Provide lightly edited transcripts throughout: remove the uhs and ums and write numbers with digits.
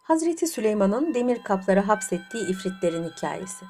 Hazreti Süleyman'ın demir kaplara hapsettiği ifritlerin hikayesi.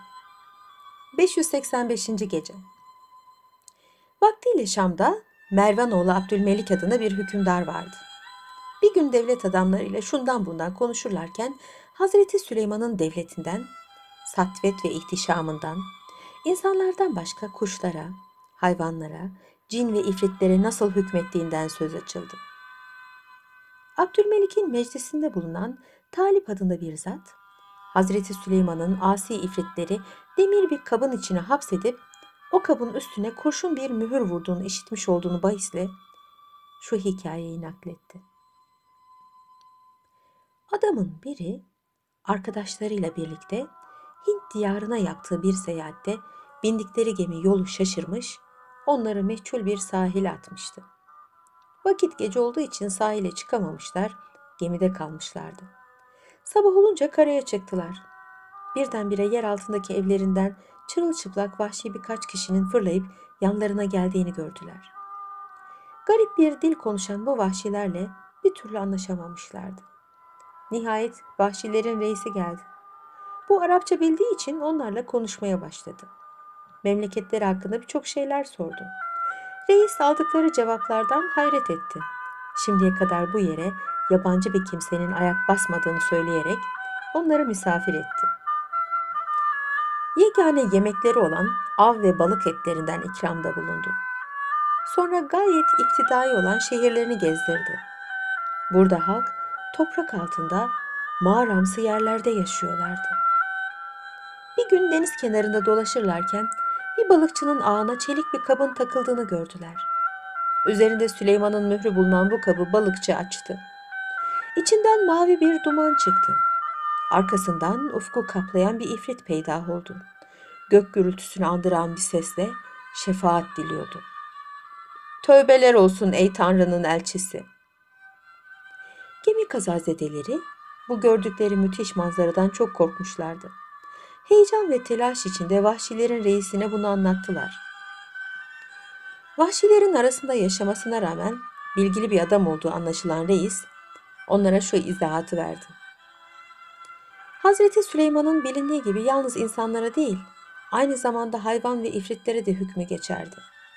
585. gece. Vaktiyle Şam'da Mervanoğlu Abdülmelik adında bir hükümdar vardı. Bir gün devlet adamlarıyla şundan bundan konuşurlarken Hazreti Süleyman'ın devletinden, satvet ve ihtişamından, insanlardan başka kuşlara, hayvanlara, cin ve ifritlere nasıl hükmettiğinden söz açıldı. Abdülmelik'in meclisinde bulunan Talip adında bir zat, Hazreti Süleyman'ın asi ifritleri demir bir kabın içine hapsedip o kabın üstüne kurşun bir mühür vurduğunu işitmiş olduğunu bahisle şu hikayeyi nakletti. Adamın biri arkadaşlarıyla birlikte Hint diyarına yaptığı bir seyahatte bindikleri gemi yolu şaşırmış, onları meçhul bir sahile atmıştı. Vakit gece olduğu için sahile çıkamamışlar, gemide kalmışlardı. Sabah olunca karaya çıktılar. Birdenbire yer altındaki evlerinden çırılçıplak vahşi birkaç kişinin fırlayıp yanlarına geldiğini gördüler. Garip bir dil konuşan bu vahşilerle bir türlü anlaşamamışlardı. Nihayet vahşilerin reisi geldi. Bu Arapça bildiği için onlarla konuşmaya başladı. Memleketleri hakkında birçok şeyler sordu. Reis aldıkları cevaplardan hayret etti. Şimdiye kadar bu yere yabancı bir kimsenin ayak basmadığını söyleyerek onları misafir etti. Yegane yemekleri olan av ve balık etlerinden ikramda bulundu. Sonra gayet iptidai olan şehirlerini gezdirdi. Burada halk toprak altında mağaramsı yerlerde yaşıyorlardı. Bir gün deniz kenarında dolaşırlarken bir balıkçının ağına çelik bir kabın takıldığını gördüler. Üzerinde Süleyman'ın mührü bulunan bu kabı balıkçı açtı. İçinden mavi bir duman çıktı. Arkasından ufku kaplayan bir ifrit peydah oldu. Gök gürültüsünü andıran bir sesle şefaat diliyordu. Tövbeler olsun ey Tanrı'nın elçisi. Gemi kazazedeleri bu gördükleri müthiş manzaradan çok korkmuşlardı. Heyecan ve telaş içinde vahşilerin reisine bunu anlattılar. Vahşilerin arasında yaşamasına rağmen bilgili bir adam olduğu anlaşılan reis onlara şu izahatı verdi. Hazreti Süleyman'ın bilindiği gibi yalnız insanlara değil, aynı zamanda hayvan ve ifritlere de hükmü geçerdi.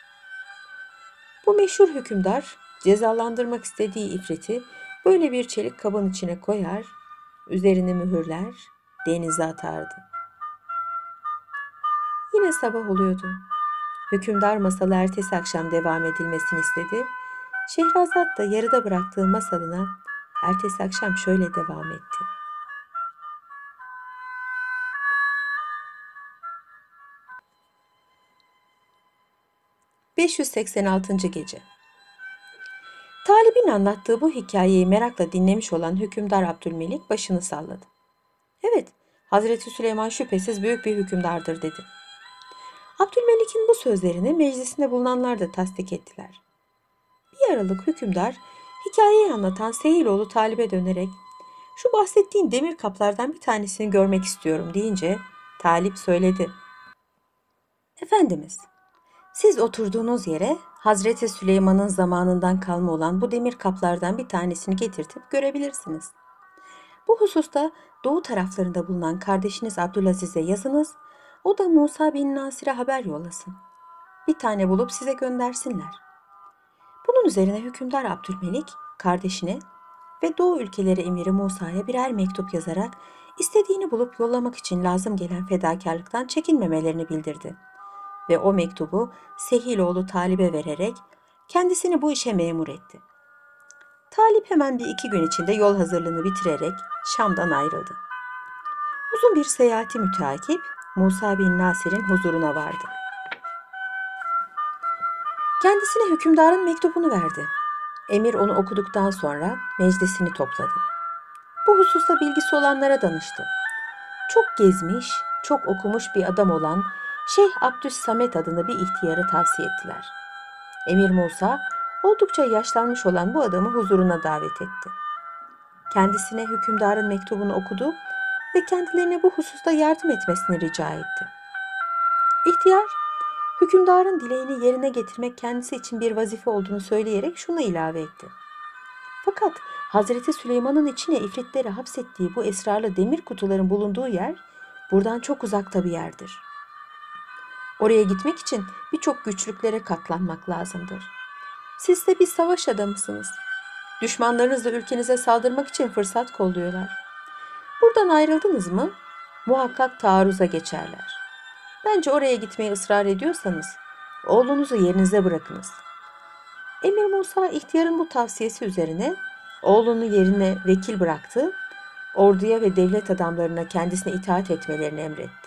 Bu meşhur hükümdar cezalandırmak istediği ifriti böyle bir çelik kabın içine koyar, üzerini mühürler, denize atardı. Yine sabah oluyordu. Hükümdar masalı ertesi akşam devam edilmesini istedi. Şehrazat da yarıda bıraktığı masalına ertesi akşam şöyle devam etti. ...586. gece. Talib'in anlattığı bu hikayeyi merakla dinlemiş olan hükümdar Abdülmelik başını salladı. Evet, Hazreti Süleyman şüphesiz büyük bir hükümdardır dedi. Abdülmelik'in bu sözlerini meclisinde bulunanlar da tasdik ettiler. Bir aralık hükümdar hikayeyi anlatan Sehiloğlu Talib'e dönerek şu bahsettiğin demir kaplardan bir tanesini görmek istiyorum deyince Talip söyledi. Efendimiz, siz oturduğunuz yere Hazreti Süleyman'ın zamanından kalma olan bu demir kaplardan bir tanesini getirtip görebilirsiniz. Bu hususta doğu taraflarında bulunan kardeşiniz Abdülaziz'e yazınız, o da Musa bin Nasir'e haber yollasın. Bir tane bulup size göndersinler. Bunun üzerine hükümdar Abdülmelik kardeşine ve Doğu ülkeleri emiri Musa'ya birer mektup yazarak istediğini bulup yollamak için lazım gelen fedakarlıktan çekinmemelerini bildirdi. Ve o mektubu Sehiloğlu Talip'e vererek kendisini bu işe memur etti. Talip hemen bir iki gün içinde yol hazırlığını bitirerek Şam'dan ayrıldı. Uzun bir seyahati müteakip Musa bin Nasir'in huzuruna vardı. Kendisine hükümdarın mektubunu verdi. Emir onu okuduktan sonra meclisini topladı. Bu hususta bilgisi olanlara danıştı. Çok gezmiş, çok okumuş bir adam olan Şeyh Abdüs Samet adında bir ihtiyarı tavsiye ettiler. Emir Musa, oldukça yaşlanmış olan bu adamı huzuruna davet etti. Kendisine hükümdarın mektubunu okudu ve kendilerine bu hususta yardım etmesini rica etti. İhtiyar, hükümdarın dileğini yerine getirmek kendisi için bir vazife olduğunu söyleyerek şunu ilave etti. Fakat Hazreti Süleyman'ın içine ifritleri hapsettiği bu esrarlı demir kutuların bulunduğu yer buradan çok uzakta bir yerdir. Oraya gitmek için birçok güçlüklere katlanmak lazımdır. Siz de bir savaş adamısınız. Düşmanlarınız da ülkenize saldırmak için fırsat kolluyorlar. Buradan ayrıldınız mı muhakkak taarruza geçerler. Bence oraya gitmeye ısrar ediyorsanız oğlunuzu yerinize bırakınız. Emir Musa ihtiyarın bu tavsiyesi üzerine oğlunu yerine vekil bıraktı, orduya ve devlet adamlarına kendisine itaat etmelerini emretti.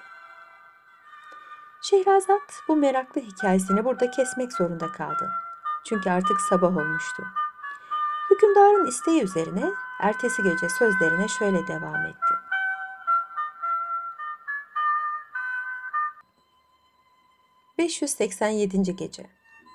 Şehrazat bu meraklı hikayesini burada kesmek zorunda kaldı. Çünkü artık sabah olmuştu. Hükümdarın isteği üzerine ertesi gece sözlerine şöyle devam etti. 587. Gece.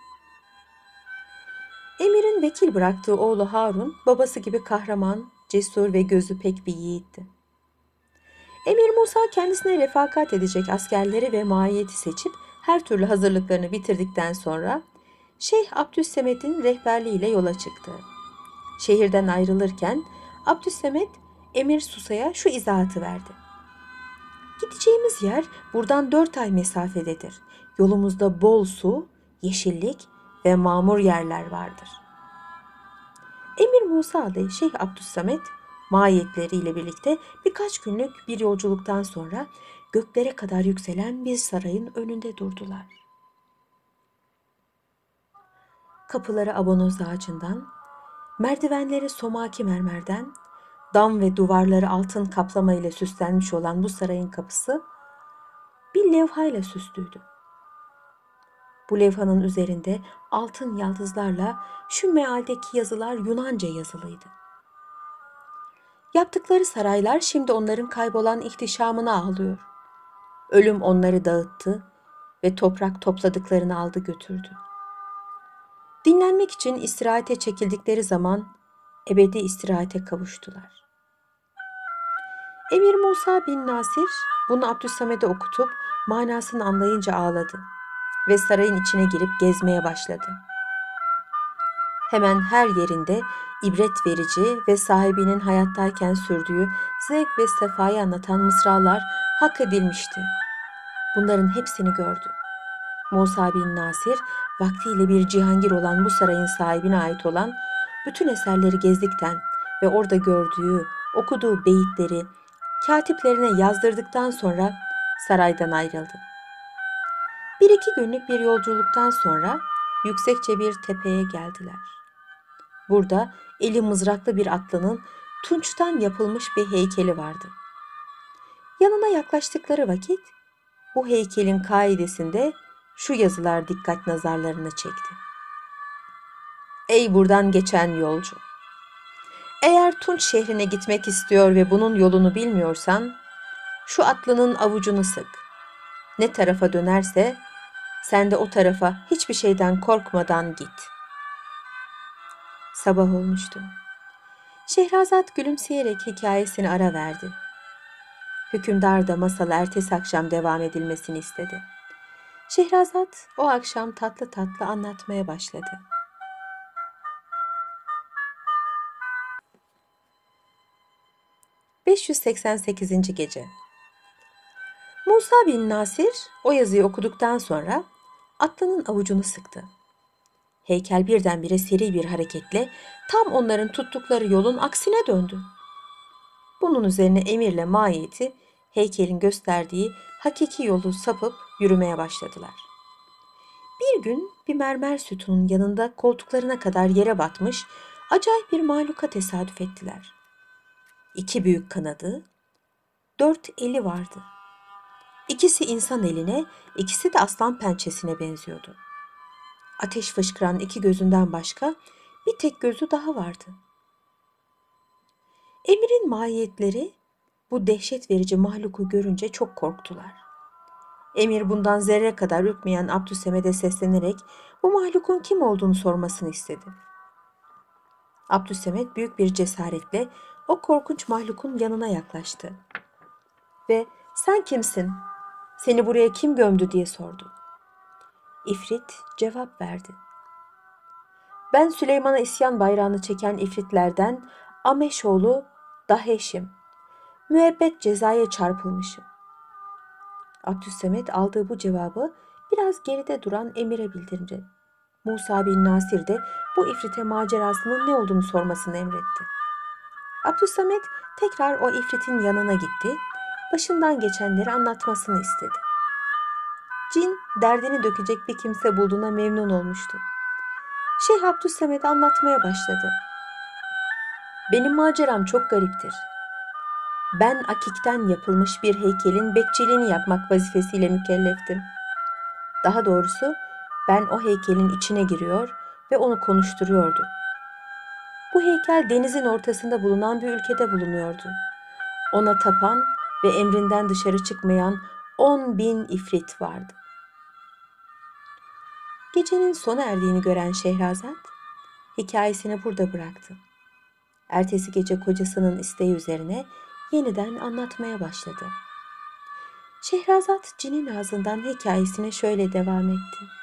Emir'in vekil bıraktığı oğlu Harun, babası gibi kahraman, cesur ve gözü pek bir yiğitti. Emir Musa kendisine refakat edecek askerleri ve mahiyeti seçip her türlü hazırlıklarını bitirdikten sonra Şeyh Abdüssemet'in rehberliğiyle yola çıktı. Şehirden ayrılırken Abdüssemet Emir Susa'ya şu izahatı verdi. Gideceğimiz yer buradan 4 ay mesafededir. Yolumuzda bol su, yeşillik ve mamur yerler vardır. Emir Musa ile Şeyh Abdüssamet mahiyetleriyle birlikte birkaç günlük bir yolculuktan sonra göklere kadar yükselen bir sarayın önünde durdular. Kapıları abonoz ağacından, merdivenleri somaki mermerden, dam ve duvarları altın kaplama ile süslenmiş olan bu sarayın kapısı bir levhayla süslüydü. Bu levhanın üzerinde altın yaldızlarla şu mealdeki yazılar Yunanca yazılıydı. Yaptıkları saraylar şimdi onların kaybolan ihtişamını ağlıyor. Ölüm onları dağıttı ve toprak topladıklarını aldı götürdü. Dinlenmek için istirahate çekildikleri zaman ebedi istirahate kavuştular. Emir Musa bin Nasir bunu Abdüssamed'e okutup manasını anlayınca ağladı ve sarayın içine girip gezmeye başladı. Hemen her yerinde ibret verici ve sahibinin hayattayken sürdüğü zevk ve sefayı anlatan mısralar hak edilmişti. Bunların hepsini gördü. Musa bin Nasir vaktiyle bir cihangir olan bu sarayın sahibine ait olan bütün eserleri gezdikten ve orada gördüğü, okuduğu beyitleri katiplerine yazdırdıktan sonra saraydan ayrıldı. Bir iki günlük bir yolculuktan sonra yüksekçe bir tepeye geldiler. Burada eli mızraklı bir atlının tunçtan yapılmış bir heykeli vardı. Yanına yaklaştıkları vakit bu heykelin kaidesinde şu yazılar dikkat nazarlarını çekti. Ey buradan geçen yolcu! Eğer Tunç şehrine gitmek istiyor ve bunun yolunu bilmiyorsan, şu atlının avucunu sık. Ne tarafa dönerse, sen de o tarafa hiçbir şeyden korkmadan git. Sabah olmuştu. Şehrazat gülümseyerek hikayesini ara verdi. Hükümdar da masala ertesi akşam devam edilmesini istedi. Şehrazat o akşam tatlı tatlı anlatmaya başladı. 588. Gece. Musa bin Nasir o yazıyı okuduktan sonra atlının avucunu sıktı. Heykel birdenbire seri bir hareketle tam onların tuttukları yolun aksine döndü. Bunun üzerine emirle mahiyeti heykelin gösterdiği hakiki yolu sapıp yürümeye başladılar. Bir gün bir mermer sütunun yanında koltuklarına kadar yere batmış acayip bir mahluka tesadüf ettiler. 2 büyük kanadı, 4 eli vardı. İkisi insan eline, ikisi de aslan pençesine benziyordu. Ateş fışkıran 2 gözünden başka bir tek gözü daha vardı. Emir'in mahiyetleri bu dehşet verici mahluku görünce çok korktular. Emir bundan zerre kadar ürkmeyen Abdüsemed'e seslenerek bu mahlukun kim olduğunu sormasını istedi. Abdüsemed büyük bir cesaretle o korkunç mahlukun yanına yaklaştı ve "Sen kimsin? Seni buraya kim gömdü?" diye sordu. İfrit cevap verdi. Ben Süleyman'a isyan bayrağını çeken ifritlerden Ameşoğlu Daheş'im. Müebbet cezaya çarpılmışım. Abdüssemet aldığı bu cevabı biraz geride duran Emir'e bildirdi. Musa bin Nasir de bu ifrite macerasının ne olduğunu sormasını emretti. Abdüssamet tekrar o ifritin yanına gitti, başından geçenleri anlatmasını istedi. Cin derdini dökecek bir kimse bulduğuna memnun olmuştu. Şeyh Abdüssamet anlatmaya başladı. Benim maceram çok gariptir. Ben akikten yapılmış bir heykelin bekçiliğini yapmak vazifesiyle mükelleftim. Daha doğrusu ben o heykelin içine giriyor ve onu konuşturuyordum. Bu heykel denizin ortasında bulunan bir ülkede bulunuyordu. Ona tapan ve emrinden dışarı çıkmayan 10.000 ifrit vardı. Gecenin sona erdiğini gören Şehrazat hikayesini burada bıraktı. Ertesi gece kocasının isteği üzerine yeniden anlatmaya başladı. Şehrazat cinin ağzından hikayesine şöyle devam etti.